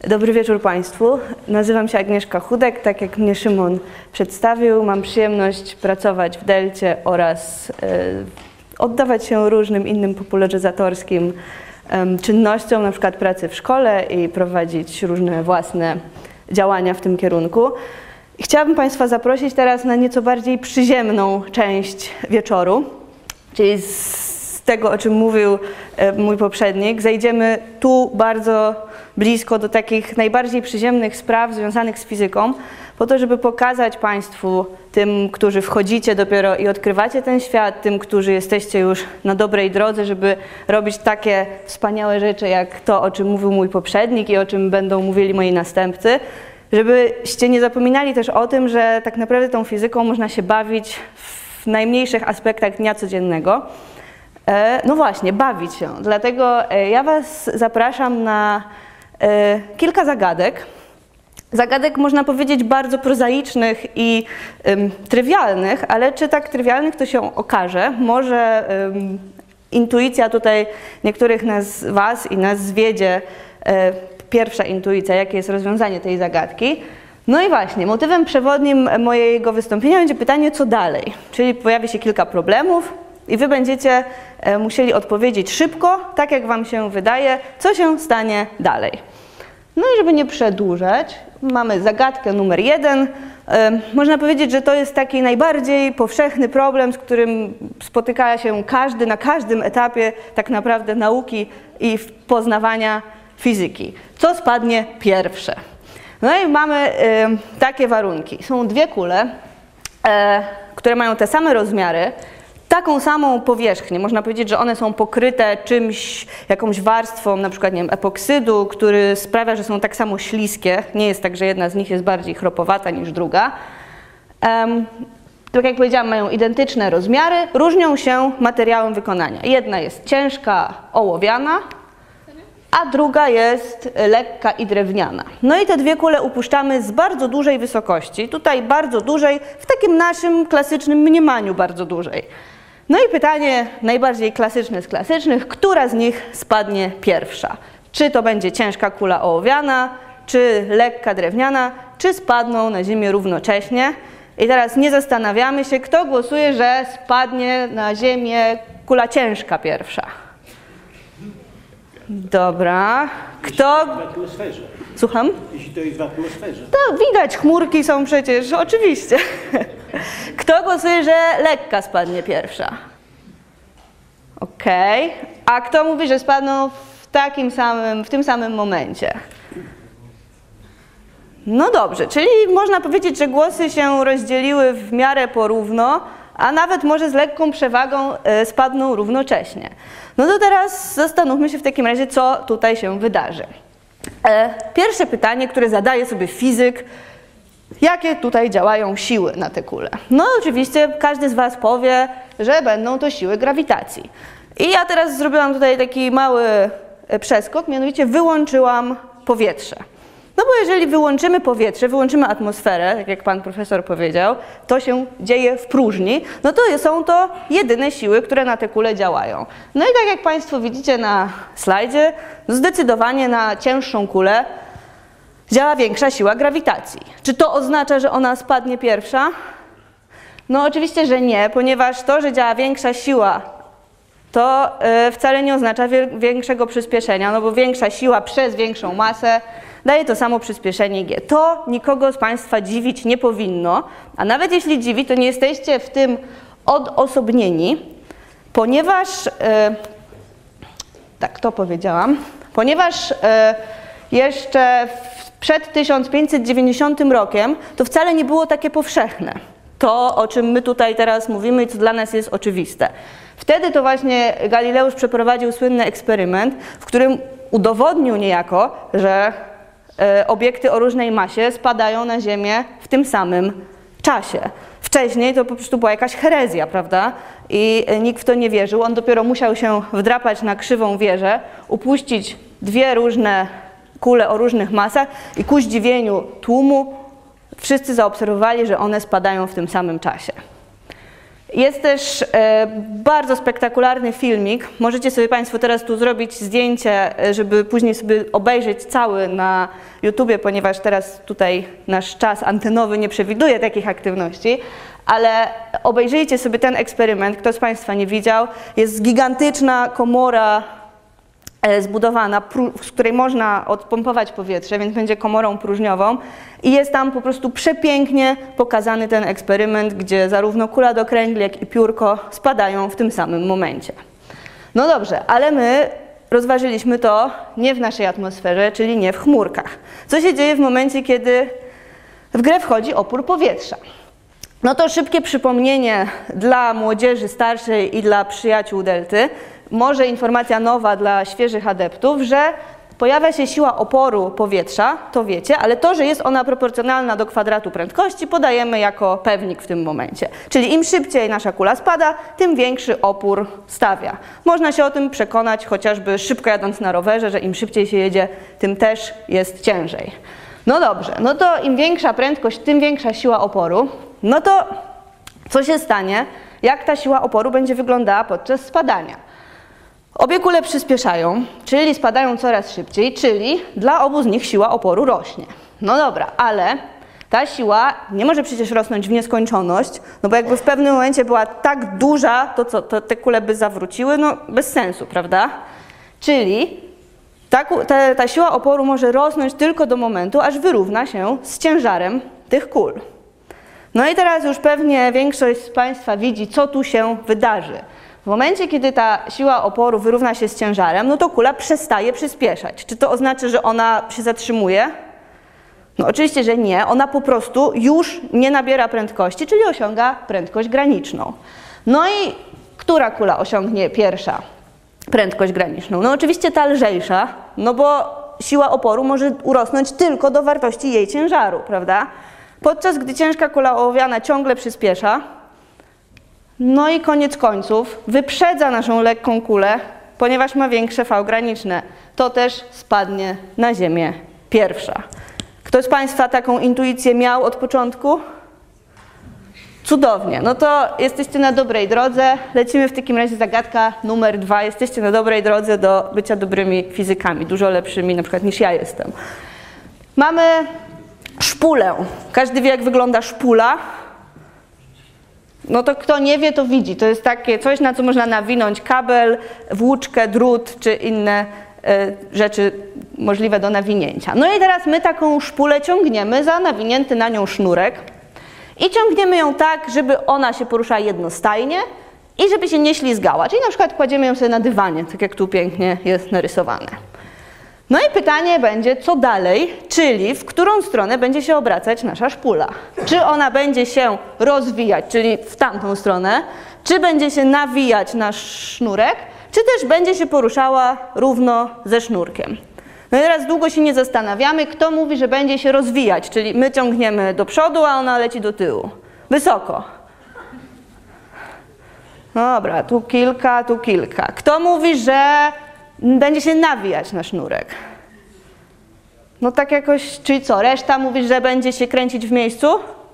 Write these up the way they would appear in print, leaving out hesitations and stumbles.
Dobry wieczór Państwu. Nazywam się Agnieszka Chudek, tak jak mnie Szymon przedstawił. Mam przyjemność pracować w Delcie oraz oddawać się różnym innym popularyzatorskim czynnościom, na przykład pracy w szkole i prowadzić różne własne działania w tym kierunku. Chciałabym Państwa zaprosić teraz na nieco bardziej przyziemną część wieczoru, czyli z tego, o czym mówił mój poprzednik, zejdziemy tu bardzo blisko do takich najbardziej przyziemnych spraw związanych z fizyką, po to, żeby pokazać Państwu, tym, którzy wchodzicie dopiero i odkrywacie ten świat, tym, którzy jesteście już na dobrej drodze, żeby robić takie wspaniałe rzeczy, jak to, o czym mówił mój poprzednik i o czym będą mówili moi następcy, żebyście nie zapominali też o tym, że tak naprawdę tą fizyką można się bawić w najmniejszych aspektach dnia codziennego. No właśnie, bawić się. Dlatego ja Was zapraszam na kilka zagadek. Zagadek, można powiedzieć, bardzo prozaicznych i trywialnych, ale czy tak trywialnych, to się okaże. Może intuicja tutaj niektórych z Was i nas zwiedzie, pierwsza intuicja, jakie jest rozwiązanie tej zagadki. No i właśnie, motywem przewodnim mojego wystąpienia będzie pytanie, co dalej? Czyli pojawi się kilka problemów i Wy będziecie musieli odpowiedzieć szybko, tak jak Wam się wydaje, co się stanie dalej. No i żeby nie przedłużać, mamy zagadkę numer 1. Można powiedzieć, że to jest taki najbardziej powszechny problem, z którym spotyka się każdy na każdym etapie tak naprawdę nauki i poznawania fizyki. Co spadnie pierwsze? No i mamy takie warunki. Są dwie kule, które mają te same rozmiary, taką samą powierzchnię. Można powiedzieć, że one są pokryte czymś, jakąś warstwą, na przykład, nie wiem, epoksydu, który sprawia, że są tak samo śliskie. Nie jest tak, że jedna z nich jest bardziej chropowata niż druga. Tak jak powiedziałam, mają identyczne rozmiary, różnią się materiałem wykonania. Jedna jest ciężka, ołowiana, a druga jest lekka i drewniana. No i te dwie kule upuszczamy z bardzo dużej wysokości. Tutaj bardzo dużej, w takim naszym klasycznym mniemaniu bardzo dużej. No i pytanie najbardziej klasyczne z klasycznych, która z nich spadnie pierwsza? Czy to będzie ciężka kula ołowiana, czy lekka drewniana, czy spadną na ziemię równocześnie? I teraz nie zastanawiamy się, kto głosuje, że spadnie na ziemię kula ciężka pierwsza. Dobra. Kto? W atmosferze. Słucham? Jeśli to jest w atmosferze. To widać, chmurki są przecież, oczywiście. Kto głosuje, że lekka spadnie pierwsza? Okej. A kto mówi, że spadną w tym samym momencie? No dobrze, czyli można powiedzieć, że głosy się rozdzieliły w miarę porówno, a nawet może z lekką przewagą spadną równocześnie. No to teraz zastanówmy się w takim razie, co tutaj się wydarzy. Pierwsze pytanie, które zadaje sobie fizyk, jakie tutaj działają siły na te kule? No oczywiście każdy z Was powie, że będą to siły grawitacji. I ja teraz zrobiłam tutaj taki mały przeskok, mianowicie wyłączyłam powietrze. No bo jeżeli wyłączymy powietrze, wyłączymy atmosferę, tak jak pan profesor powiedział, to się dzieje w próżni, no to są to jedyne siły, które na te kule działają. No i tak jak Państwo widzicie na slajdzie, zdecydowanie na cięższą kulę działa większa siła grawitacji. Czy to oznacza, że ona spadnie pierwsza? No oczywiście, że nie, ponieważ to, że działa większa siła, to wcale nie oznacza większego przyspieszenia, no bo większa siła przez większą masę daje to samo przyspieszenie g. To nikogo z Państwa dziwić nie powinno, a nawet jeśli dziwi, to nie jesteście w tym odosobnieni, ponieważ, tak to powiedziałam, ponieważ jeszcze przed 1590 rokiem to wcale nie było takie powszechne. To, o czym my tutaj teraz mówimy i co dla nas jest oczywiste. Wtedy to właśnie Galileusz przeprowadził słynny eksperyment, w którym udowodnił niejako, że obiekty o różnej masie spadają na Ziemię w tym samym czasie. Wcześniej to po prostu była jakaś herezja, prawda? I nikt w to nie wierzył. On dopiero musiał się wdrapać na krzywą wieżę, upuścić dwie różne kule o różnych masach i ku zdziwieniu tłumu wszyscy zaobserwowali, że one spadają w tym samym czasie. Jest też bardzo spektakularny filmik. Możecie sobie Państwo teraz tu zrobić zdjęcie, żeby później sobie obejrzeć cały na YouTubie, ponieważ teraz tutaj nasz czas antenowy nie przewiduje takich aktywności. Ale obejrzyjcie sobie ten eksperyment, kto z Państwa nie widział. Jest gigantyczna komora zbudowana, z której można odpompować powietrze, więc będzie komorą próżniową i jest tam po prostu przepięknie pokazany ten eksperyment, gdzie zarówno kula do kręgli, jak i piórko spadają w tym samym momencie. No dobrze, ale my rozważyliśmy to nie w naszej atmosferze, czyli nie w chmurkach. Co się dzieje w momencie, kiedy w grę wchodzi opór powietrza? No to szybkie przypomnienie dla młodzieży starszej i dla przyjaciół Delty, może informacja nowa dla świeżych adeptów, że pojawia się siła oporu powietrza, to wiecie, ale to, że jest ona proporcjonalna do kwadratu prędkości, podajemy jako pewnik w tym momencie. Czyli im szybciej nasza kula spada, tym większy opór stawia. Można się o tym przekonać chociażby szybko jadąc na rowerze, że im szybciej się jedzie, tym też jest ciężej. No dobrze, no to im większa prędkość, tym większa siła oporu. No to co się stanie, jak ta siła oporu będzie wyglądała podczas spadania? Obie kule przyspieszają, czyli spadają coraz szybciej, czyli dla obu z nich siła oporu rośnie. No dobra, ale ta siła nie może przecież rosnąć w nieskończoność, no bo jakby w pewnym momencie była tak duża, to co, to te kule by zawróciły? No bez sensu, prawda? Czyli ta siła oporu może rosnąć tylko do momentu, aż wyrówna się z ciężarem tych kul. No i teraz już pewnie większość z Państwa widzi, co tu się wydarzy. W momencie, kiedy ta siła oporu wyrówna się z ciężarem, no to kula przestaje przyspieszać. Czy to oznacza, że ona się zatrzymuje? No oczywiście, że nie. Ona po prostu już nie nabiera prędkości, czyli osiąga prędkość graniczną. No i która kula osiągnie pierwsza prędkość graniczną? No oczywiście ta lżejsza, no bo siła oporu może urosnąć tylko do wartości jej ciężaru, prawda? Podczas gdy ciężka kula ołowiana ciągle przyspiesza, no i koniec końców wyprzedza naszą lekką kulę, ponieważ ma większe V graniczne. To też spadnie na ziemię pierwsza. Ktoś z Państwa taką intuicję miał od początku? Cudownie. No to jesteście na dobrej drodze. Lecimy w takim razie zagadka numer 2. Jesteście na dobrej drodze do bycia dobrymi fizykami, dużo lepszymi na przykład niż ja jestem. Mamy szpulę. Każdy wie, jak wygląda szpula. No to kto nie wie, to widzi. To jest takie coś, na co można nawinąć kabel, włóczkę, drut czy inne rzeczy możliwe do nawinięcia. No i teraz my taką szpulę ciągniemy za nawinięty na nią sznurek i ciągniemy ją tak, żeby ona się poruszała jednostajnie i żeby się nie ślizgała. Czyli na przykład kładziemy ją sobie na dywanie, tak jak tu pięknie jest narysowane. No i pytanie będzie, co dalej, czyli w którą stronę będzie się obracać nasza szpula. Czy ona będzie się rozwijać, czyli w tamtą stronę, czy będzie się nawijać nasz sznurek, czy też będzie się poruszała równo ze sznurkiem. No i teraz długo się nie zastanawiamy, kto mówi, że będzie się rozwijać, czyli my ciągniemy do przodu, a ona leci do tyłu. Wysoko. Dobra, tu kilka, tu kilka. Kto mówi, że będzie się nawijać na sznurek? No tak jakoś, czyli co, reszta mówi, że będzie się kręcić w miejscu?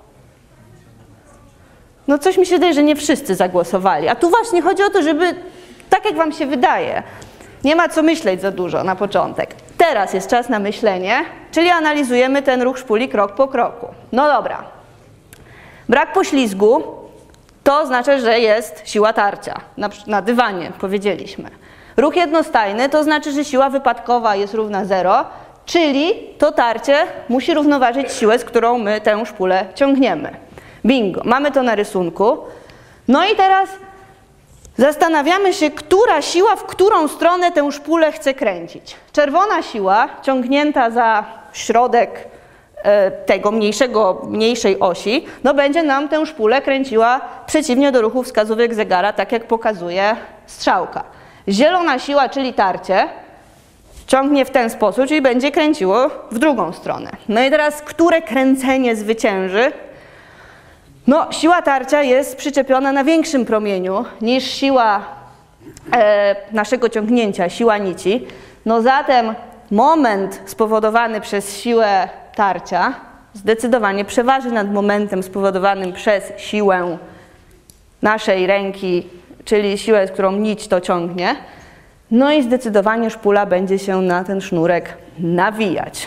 No coś mi się wydaje, że nie wszyscy zagłosowali. A tu właśnie chodzi o to, żeby tak jak wam się wydaje. Nie ma co myśleć za dużo na początek. Teraz jest czas na myślenie, czyli analizujemy ten ruch szpuli krok po kroku. No dobra. Brak poślizgu to oznacza, że jest siła tarcia. Na dywanie powiedzieliśmy. Ruch jednostajny to znaczy, że siła wypadkowa jest równa 0, czyli to tarcie musi równoważyć siłę, z którą my tę szpulę ciągniemy. Bingo, mamy to na rysunku. No i teraz zastanawiamy się, która siła w którą stronę tę szpulę chce kręcić. Czerwona siła ciągnięta za środek tego mniejszej osi, no będzie nam tę szpulę kręciła przeciwnie do ruchu wskazówek zegara, tak jak pokazuje strzałka. Zielona siła, czyli tarcie, ciągnie w ten sposób, czyli będzie kręciło w drugą stronę. No i teraz, które kręcenie zwycięży? No, siła tarcia jest przyczepiona na większym promieniu niż siła naszego ciągnięcia, siła nici. No zatem moment spowodowany przez siłę tarcia zdecydowanie przeważy nad momentem spowodowanym przez siłę naszej ręki, czyli siłę, z którą nić to ciągnie. No i zdecydowanie szpula będzie się na ten sznurek nawijać.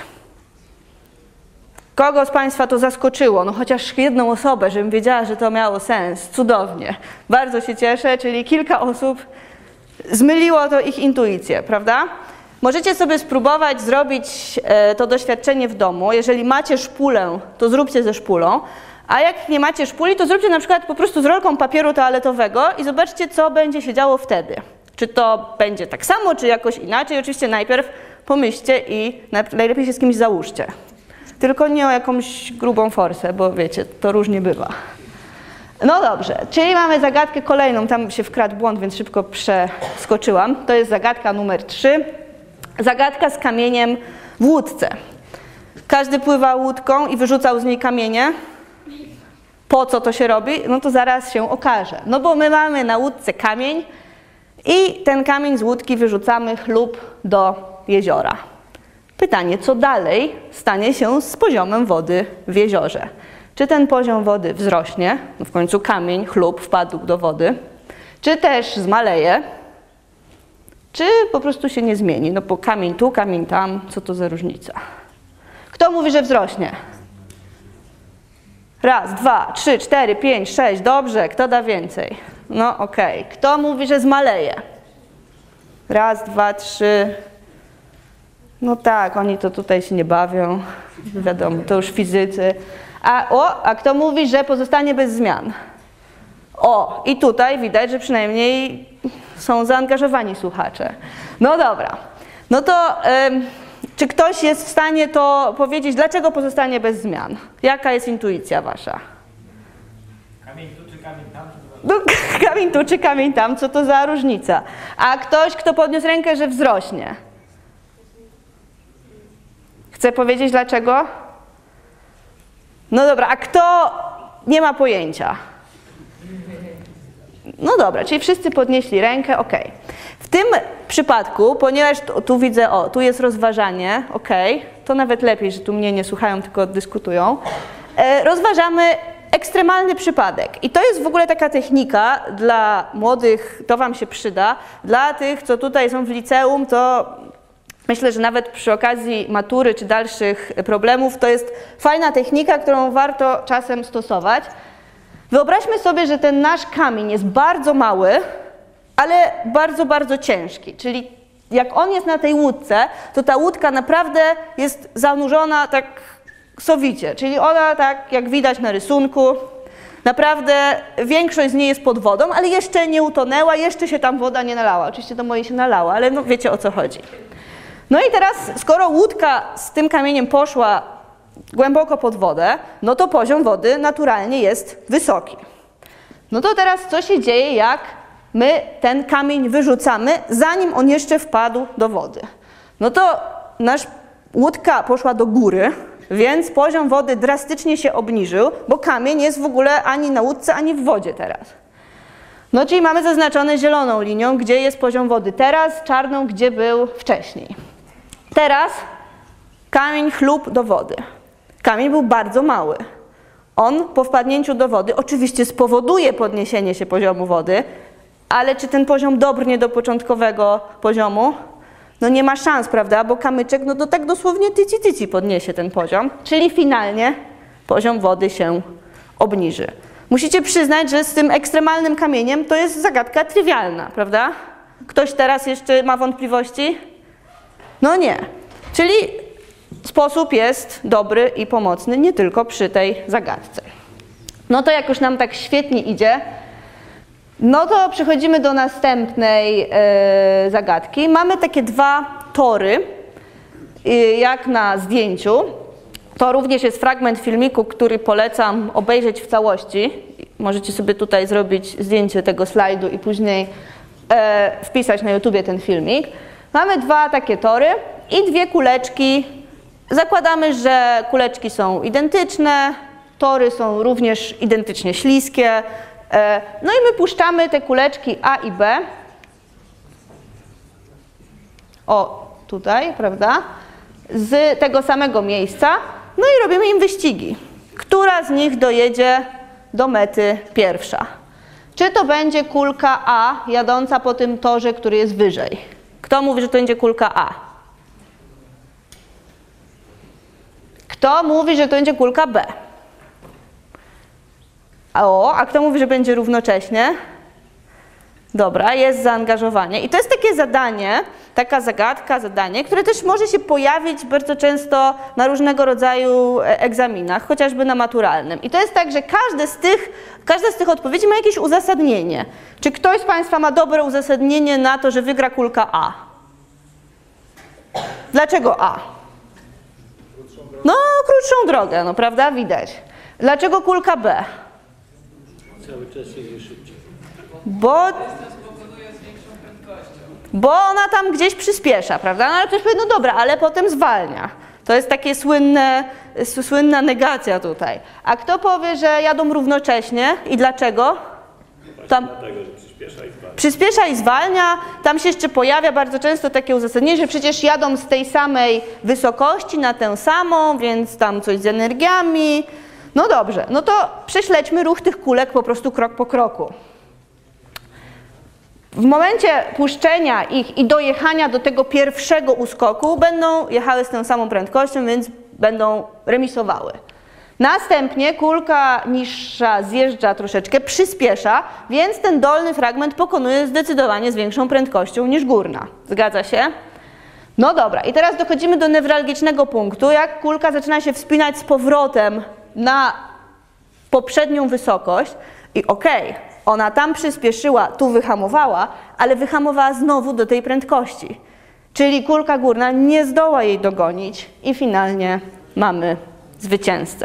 Kogo z Państwa to zaskoczyło? No chociaż jedną osobę, żebym wiedziała, że to miało sens. Cudownie. Bardzo się cieszę, czyli kilka osób zmyliło to ich intuicję, prawda? Możecie sobie spróbować zrobić to doświadczenie w domu. Jeżeli macie szpulę, to zróbcie ze szpulą. A jak nie macie szpuli, to zróbcie na przykład po prostu z rolką papieru toaletowego i zobaczcie, co będzie się działo wtedy. Czy to będzie tak samo, czy jakoś inaczej. Oczywiście najpierw pomyślcie i najlepiej się z kimś załóżcie. Tylko nie o jakąś grubą forsę, bo wiecie, to różnie bywa. No dobrze, czyli mamy zagadkę kolejną. Tam się wkradł błąd, więc szybko przeskoczyłam. To jest zagadka numer 3. Zagadka z kamieniem w łódce. Każdy pływał łódką i wyrzucał z niej kamienie. Po co to się robi? No to zaraz się okaże. No bo my mamy na łódce kamień i ten kamień z łódki wyrzucamy chlub do jeziora. Pytanie, co dalej stanie się z poziomem wody w jeziorze? Czy ten poziom wody wzrośnie? No w końcu kamień, chlub wpadł do wody. Czy też zmaleje? Czy po prostu się nie zmieni? No bo kamień tu, kamień tam, co to za różnica? Kto mówi, że wzrośnie? Raz, 2, 3, 4, 5, 6. Dobrze, kto da więcej? No okej. Kto mówi, że zmaleje? Raz, 2, 3. No tak, oni to tutaj się nie bawią. Wiadomo, to już fizycy. A kto mówi, że pozostanie bez zmian? O, i tutaj widać, że przynajmniej są zaangażowani słuchacze. No dobra. No to czy ktoś jest w stanie to powiedzieć, dlaczego pozostanie bez zmian? Jaka jest intuicja wasza? Kamień tu czy kamień tam? No, kamień tu czy kamień tam, co to za różnica? A ktoś, kto podniósł rękę, że wzrośnie? Chce powiedzieć dlaczego? No dobra, a kto nie ma pojęcia? No dobra, czyli wszyscy podnieśli rękę, ok. W tym przypadku, ponieważ tu widzę, tu jest rozważanie, ok, to nawet lepiej, że tu mnie nie słuchają, tylko dyskutują. Rozważamy ekstremalny przypadek. I to jest w ogóle taka technika dla młodych, to wam się przyda. Dla tych, co tutaj są w liceum, to myślę, że nawet przy okazji matury czy dalszych problemów to jest fajna technika, którą warto czasem stosować. Wyobraźmy sobie, że ten nasz kamień jest bardzo mały, ale bardzo, bardzo ciężki. Czyli jak on jest na tej łódce, to ta łódka naprawdę jest zanurzona tak sowicie. Czyli ona tak, jak widać na rysunku, naprawdę większość z niej jest pod wodą, ale jeszcze nie utonęła, jeszcze się tam woda nie nalała. Oczywiście do mojej się nalała, ale no wiecie, o co chodzi. No i teraz, skoro łódka z tym kamieniem poszła głęboko pod wodę, no to poziom wody naturalnie jest wysoki. No to teraz co się dzieje, jak my ten kamień wyrzucamy, zanim on jeszcze wpadł do wody? No to łódka poszła do góry, więc poziom wody drastycznie się obniżył, bo kamień jest w ogóle ani na łódce, ani w wodzie teraz. No czyli mamy zaznaczone zieloną linią, gdzie jest poziom wody teraz, czarną, gdzie był wcześniej. Teraz kamień chlub do wody. Kamień był bardzo mały. On po wpadnięciu do wody oczywiście spowoduje podniesienie się poziomu wody, ale czy ten poziom dobrnie do początkowego poziomu? No nie ma szans, prawda, bo kamyczek no to tak dosłownie tyci podniesie ten poziom, czyli finalnie poziom wody się obniży. Musicie przyznać, że z tym ekstremalnym kamieniem to jest zagadka trywialna, prawda? Ktoś teraz jeszcze ma wątpliwości? No nie. Czyli sposób jest dobry i pomocny nie tylko przy tej zagadce. No to jak już nam tak świetnie idzie, no to przechodzimy do następnej zagadki. Mamy takie dwa tory, jak na zdjęciu. To również jest fragment filmiku, który polecam obejrzeć w całości. Możecie sobie tutaj zrobić zdjęcie tego slajdu i później wpisać na YouTubie ten filmik. Mamy dwa takie tory i dwie kuleczki. Zakładamy, że kuleczki są identyczne, tory są również identycznie śliskie. No i my puszczamy te kuleczki A i B. O, tutaj, prawda? Z tego samego miejsca. No i robimy im wyścigi. Która z nich dojedzie do mety pierwsza? Czy to będzie kulka A jadąca po tym torze, który jest wyżej? Kto mówi, że to będzie kulka A? Kto mówi, że to będzie kulka B? A kto mówi, że będzie równocześnie? Dobra, jest zaangażowanie. I to jest takie zadanie, taka zagadka, zadanie, które też może się pojawić bardzo często na różnego rodzaju egzaminach, chociażby na maturalnym. I to jest tak, że każda z tych odpowiedzi ma jakieś uzasadnienie. Czy ktoś z Państwa ma dobre uzasadnienie na to, że wygra kulka A? Dlaczego A? No, krótszą drogę, no prawda? Widać. Dlaczego kulka B? Cały czas jedzie szybciej. Bo ona tam gdzieś przyspiesza, prawda? No ale ktoś powie, no dobra, ale potem zwalnia. To jest takie słynna negacja tutaj. A kto powie, że jadą równocześnie i dlaczego? Tam Dlatego, że przyspiesza i zwalnia. przyspiesza i zwalnia. Tam się jeszcze pojawia bardzo często takie uzasadnienie, że przecież jadą z tej samej wysokości na tę samą, więc tam coś z energiami. No dobrze, no to prześledźmy ruch tych kulek po prostu krok po kroku. W momencie puszczenia ich i dojechania do tego pierwszego uskoku będą jechały z tą samą prędkością, więc będą remisowały. Następnie kulka niższa zjeżdża troszeczkę, przyspiesza, więc ten dolny fragment pokonuje zdecydowanie z większą prędkością niż górna. Zgadza się? No dobra, i teraz dochodzimy do newralgicznego punktu, jak kulka zaczyna się wspinać z powrotem na poprzednią wysokość i okej, ona tam przyspieszyła, tu wyhamowała, ale wyhamowała znowu do tej prędkości. Czyli kulka górna nie zdoła jej dogonić i finalnie mamy zwycięzcę.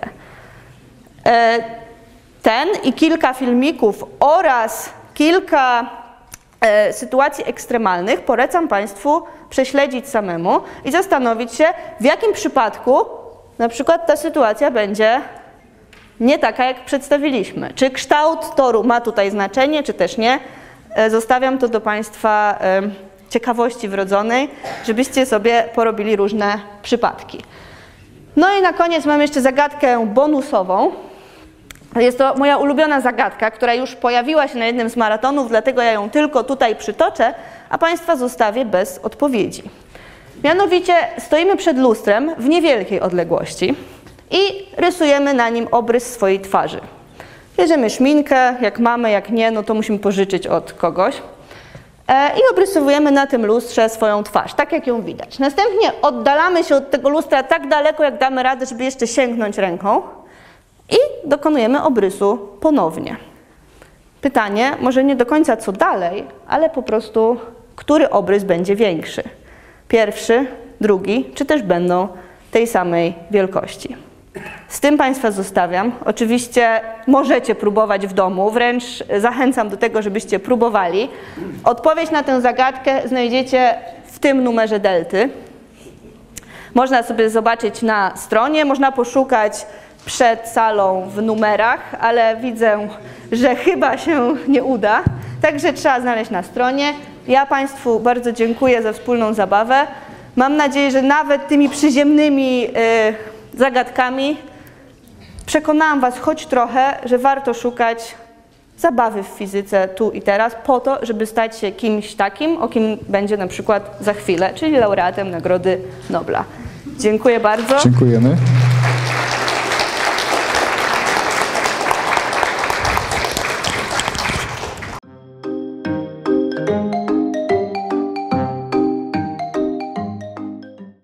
Ten i kilka filmików oraz kilka sytuacji ekstremalnych polecam Państwu prześledzić samemu i zastanowić się, w jakim przypadku na przykład ta sytuacja będzie nie taka, jak przedstawiliśmy. Czy kształt toru ma tutaj znaczenie, czy też nie? Zostawiam to do Państwa ciekawości wrodzonej, żebyście sobie porobili różne przypadki. No i na koniec mam jeszcze zagadkę bonusową. Jest to moja ulubiona zagadka, która już pojawiła się na jednym z maratonów, dlatego ja ją tylko tutaj przytoczę, a Państwa zostawię bez odpowiedzi. Mianowicie stoimy przed lustrem w niewielkiej odległości i rysujemy na nim obrys swojej twarzy. Bierzemy szminkę, jak mamy, jak nie, no to musimy pożyczyć od kogoś. I obrysowujemy na tym lustrze swoją twarz, tak jak ją widać. Następnie oddalamy się od tego lustra tak daleko, jak damy radę, żeby jeszcze sięgnąć ręką i dokonujemy obrysu ponownie. Pytanie, może nie do końca co dalej, ale po prostu, który obrys będzie większy? Pierwszy, drugi, czy też będą tej samej wielkości? Z tym Państwa zostawiam. Oczywiście możecie próbować w domu, wręcz zachęcam do tego, żebyście próbowali. Odpowiedź na tę zagadkę znajdziecie w tym numerze Delty. Można sobie zobaczyć na stronie, można poszukać przed salą w numerach, ale widzę, że chyba się nie uda. Także trzeba znaleźć na stronie. Ja Państwu bardzo dziękuję za wspólną zabawę. Mam nadzieję, że nawet tymi przyziemnymi zagadkami przekonałam Was choć trochę, że warto szukać zabawy w fizyce tu i teraz po to, żeby stać się kimś takim, o kim będzie na przykład za chwilę, czyli laureatem Nagrody Nobla. Dziękuję bardzo. Dziękujemy.